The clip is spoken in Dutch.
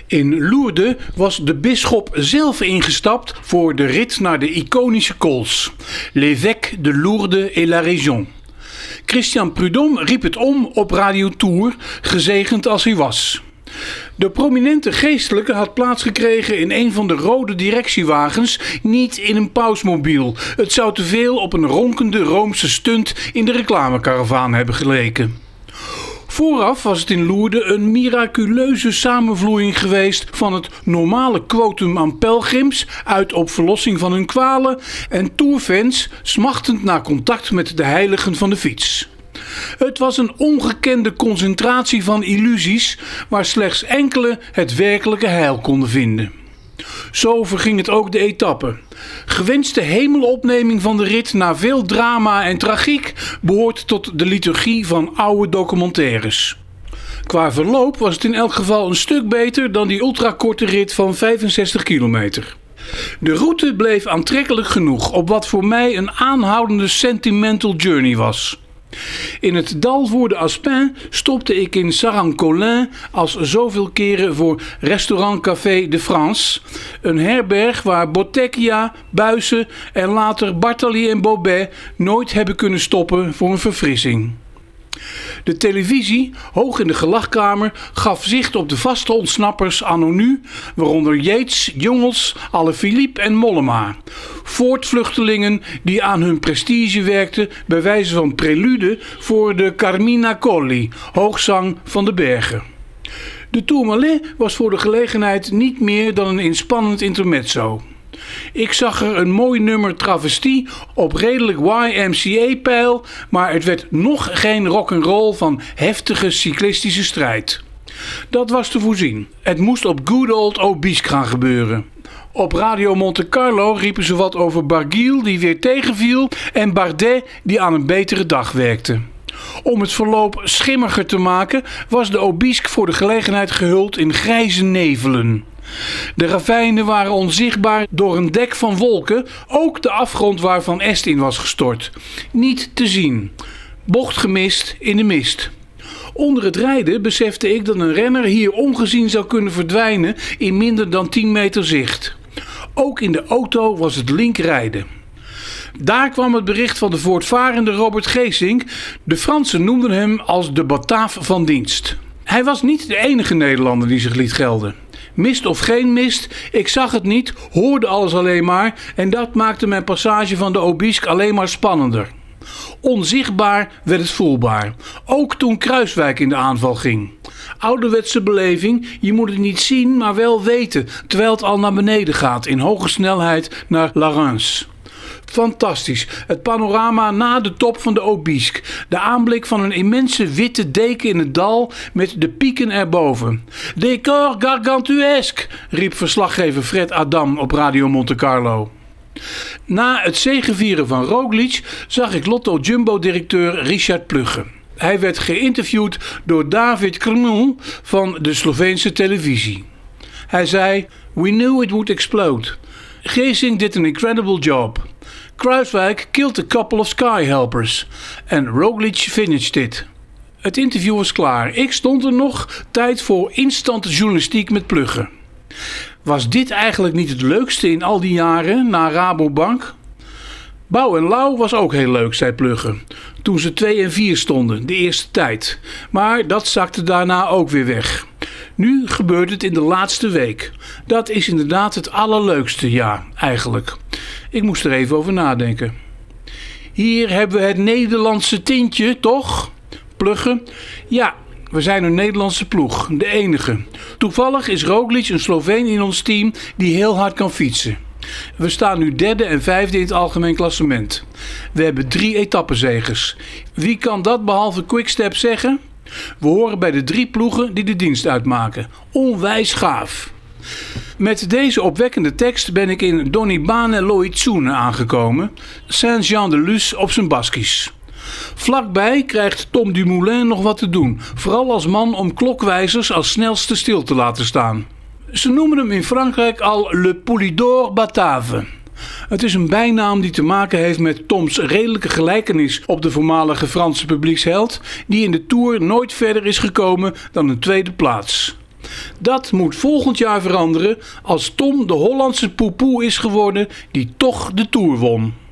In Lourdes was de bisschop zelf ingestapt voor de rit naar de iconische kools. L'évêque de Lourdes et la région. Christian Prudhomme riep het om op Radio Tour, gezegend als hij was. De prominente geestelijke had plaats gekregen in een van de rode directiewagens, niet in een pausmobiel. Het zou te veel op een ronkende Roomse stunt in de reclamekaravaan hebben geleken. Vooraf was het in Lourdes een miraculeuze samenvloeiing geweest van het normale quotum aan pelgrims uit op verlossing van hun kwalen en tourfans smachtend naar contact met de heiligen van de fiets. Het was een ongekende concentratie van illusies waar slechts enkele het werkelijke heil konden vinden. Zo verging het ook de etappe. Gewenste hemelopneming van de rit na veel drama en tragiek behoort tot de liturgie van oude documentaires. Qua verloop was het in elk geval een stuk beter dan die ultrakorte rit van 65 kilometer. De route bleef aantrekkelijk genoeg op wat voor mij een aanhoudende sentimental journey was. In het dal voor de Aspin stopte ik in Saran-Colin als zoveel keren voor Restaurant Café de France, een herberg waar Bottecchia, Buysse en later Bartali en Bobet nooit hebben kunnen stoppen voor een verfrissing. De televisie, hoog in de gelachkamer, gaf zicht op de vaste ontsnappers anno nu, waaronder Yates, Jongels, Alaphilippe en Mollema. Voortvluchtelingen die aan hun prestige werkten bij wijze van prelude voor de Carmina Colli, hoogzang van de bergen. De Tourmalet was voor de gelegenheid niet meer dan een inspannend intermezzo. Ik zag er een mooi nummer travestie op redelijk YMCA-peil, maar het werd nog geen rock'n'roll van heftige cyclistische strijd. Dat was te voorzien. Het moest op good old Aubisque gaan gebeuren. Op Radio Monte Carlo riepen ze wat over Barguil die weer tegenviel en Bardet die aan een betere dag werkte. Om het verloop schimmiger te maken was de Aubisque voor de gelegenheid gehuld in grijze nevelen. De ravijnen waren onzichtbaar door een dek van wolken, ook de afgrond waarvan Est in was gestort. Niet te zien. Bocht gemist in de mist. Onder het rijden besefte ik dat een renner hier ongezien zou kunnen verdwijnen in minder dan 10 meter zicht. Ook in de auto was het link rijden. Daar kwam het bericht van de voortvarende Robert Geesink. De Fransen noemden hem als de Bataaf van dienst. Hij was niet de enige Nederlander die zich liet gelden. Mist of geen mist, ik zag het niet, hoorde alles alleen maar en dat maakte mijn passage van de Aubisque alleen maar spannender. Onzichtbaar werd het voelbaar, ook toen Kruiswijk in de aanval ging. Ouderwetse beleving, je moet het niet zien, maar wel weten, terwijl het al naar beneden gaat in hoge snelheid naar La Reims. Fantastisch, het panorama na de top van de Aubisque. De aanblik van een immense witte deken in het dal met de pieken erboven. Décor gargantuesque, riep verslaggever Fred Adam op Radio Monte Carlo. Na het zegevieren van Roglic zag ik Lotto Jumbo-directeur Richard Plugge. Hij werd geïnterviewd door David Krmul van de Sloveense televisie. Hij zei: "We knew it would explode. Geesink did an incredible job. Kruiswijk killed a couple of sky helpers. And Roglic finished it." Het interview was klaar. Ik stond er nog. Tijd voor instant journalistiek met Plugge. Was dit eigenlijk niet het leukste in al die jaren na Rabobank? Bouw en Lau was ook heel leuk, zei Plugge. Toen ze 2 en 4 stonden, de eerste tijd. Maar dat zakte daarna ook weer weg. Nu gebeurt het in de laatste week. Dat is inderdaad het allerleukste, ja, eigenlijk. Ik moest er even over nadenken. Hier hebben we het Nederlandse tintje, toch? Plugge? Ja, we zijn een Nederlandse ploeg, de enige. Toevallig is Roglic een Sloveen in ons team die heel hard kan fietsen. We staan nu 3e en 5e in het algemeen klassement. We hebben 3 etappenzegers. Wie kan dat behalve Quickstep zeggen? We horen bij de 3 ploegen die de dienst uitmaken. Onwijs gaaf. Met deze opwekkende tekst ben ik in Donibane Loitsune aangekomen. Saint-Jean-de-Luz op zijn Baskisch. Vlakbij krijgt Tom Dumoulin nog wat te doen. Vooral als man om klokwijzers als snelste stil te laten staan. Ze noemen hem in Frankrijk al Le Poulidor Batave. Het is een bijnaam die te maken heeft met Toms redelijke gelijkenis op de voormalige Franse publieksheld, die in de Tour nooit verder is gekomen dan een 2e plaats. Dat moet volgend jaar veranderen als Tom de Hollandse poepoe is geworden die toch de Tour won.